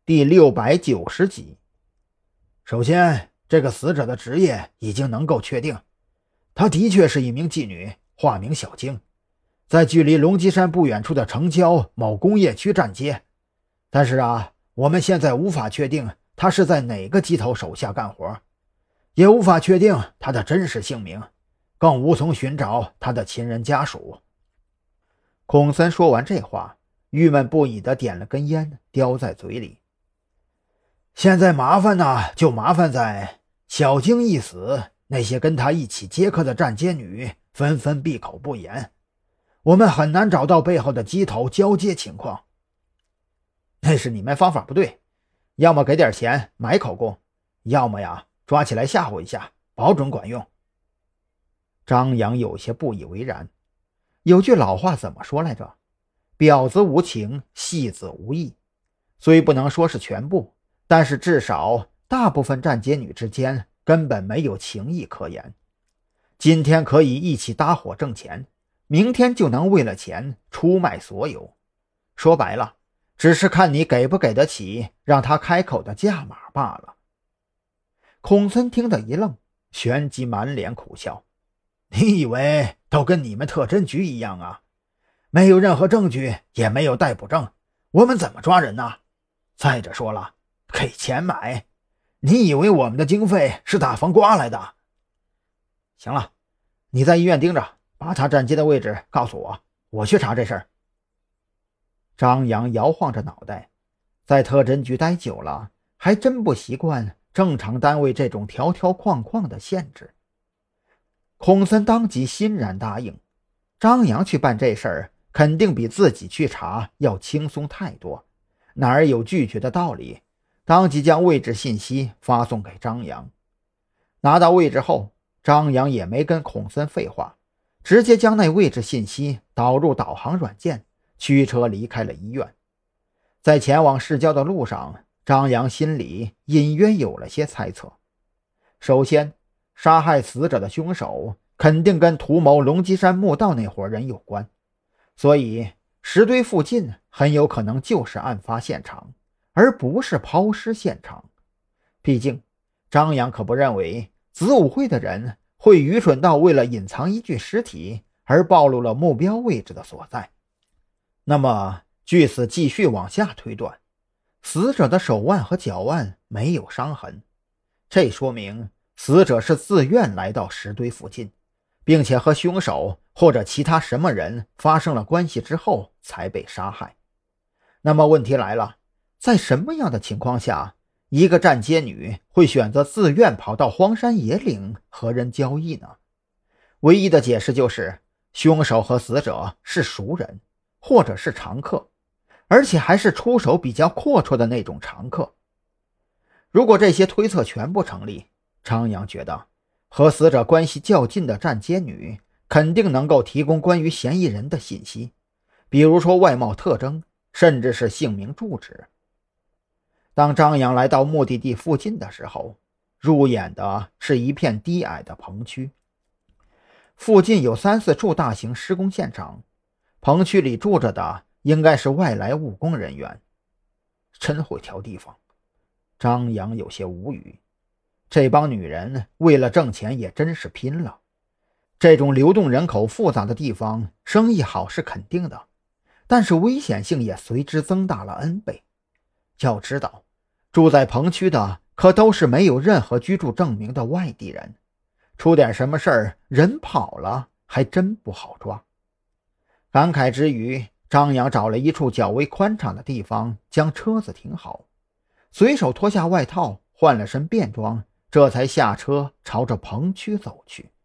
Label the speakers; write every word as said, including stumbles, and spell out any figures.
Speaker 1: 第六百九十集。首先，这个死者的职业已经能够确定，她的确是一名妓女，化名小晶，在距离龙脊山不远处的城郊某工业区站街。但是啊，我们现在无法确定她是在哪个鸡头手下干活，也无法确定她的真实姓名，更无从寻找她的亲人家属。孔森说完这话，郁闷不已地点了根烟，叼在嘴里。现在麻烦呢，就麻烦在小晶一死，那些跟他一起接客的站街女纷纷闭口不言，我们很难找到背后的鸡头交接情况。那是你们方法不对，要么给点钱买口供，要么呀抓起来吓唬一下，保准管用。张扬有些不以为然。有句老话怎么说来着？婊子无情，戏子无义。虽不能说是全部，但是至少大部分站街女之间根本没有情义可言。今天可以一起搭伙挣钱，明天就能为了钱出卖所有。说白了，只是看你给不给得起让他开口的价码罢了。孔森听得一愣，旋即满脸苦笑。你以为都跟你们特侦局一样啊？没有任何证据，也没有逮捕证，我们怎么抓人呢？再者说了，给钱买，你以为我们的经费是大风刮来的？行了，你在医院盯着，把他站街的位置告诉我，我去查这事儿。张扬摇晃着脑袋，在特侦局待久了，还真不习惯正常单位这种条条框框的限制。孔森当即欣然答应，张扬去办这事儿肯定比自己去查要轻松太多，哪儿有拒绝的道理，当即将位置信息发送给张扬。拿到位置后，张扬也没跟孔森废话，直接将那位置信息导入导航软件，驱车离开了医院。在前往市郊的路上，张扬心里隐约有了些猜测。首先，杀害死者的凶手肯定跟图谋龙脊山墓道那伙人有关，所以石堆附近很有可能就是案发现场，而不是抛尸现场。毕竟张扬可不认为子午会的人会愚蠢到为了隐藏一具尸体而暴露了目标位置的所在。那么据此继续往下推断，死者的手腕和脚腕没有伤痕，这说明死者是自愿来到石堆附近，并且和凶手或者其他什么人发生了关系之后才被杀害。那么问题来了，在什么样的情况下，一个站街女会选择自愿跑到荒山野岭和人交易呢？唯一的解释就是凶手和死者是熟人，或者是常客，而且还是出手比较阔绰的那种常客。如果这些推测全部成立，张扬觉得和死者关系较近的站街女肯定能够提供关于嫌疑人的信息，比如说外貌特征，甚至是姓名住址。当张扬来到目的地附近的时候，入眼的是一片低矮的棚区，附近有三四处大型施工现场，棚区里住着的应该是外来务工人员。真会挑地方，张扬有些无语。这帮女人为了挣钱也真是拼了。这种流动人口复杂的地方，生意好是肯定的，但是危险性也随之增大了 N 倍。要知道，住在棚区的可都是没有任何居住证明的外地人，出点什么事儿，人跑了还真不好抓。感慨之余，张扬找了一处较为宽敞的地方，将车子停好，随手脱下外套，换了身便装，这才下车朝着棚区走去。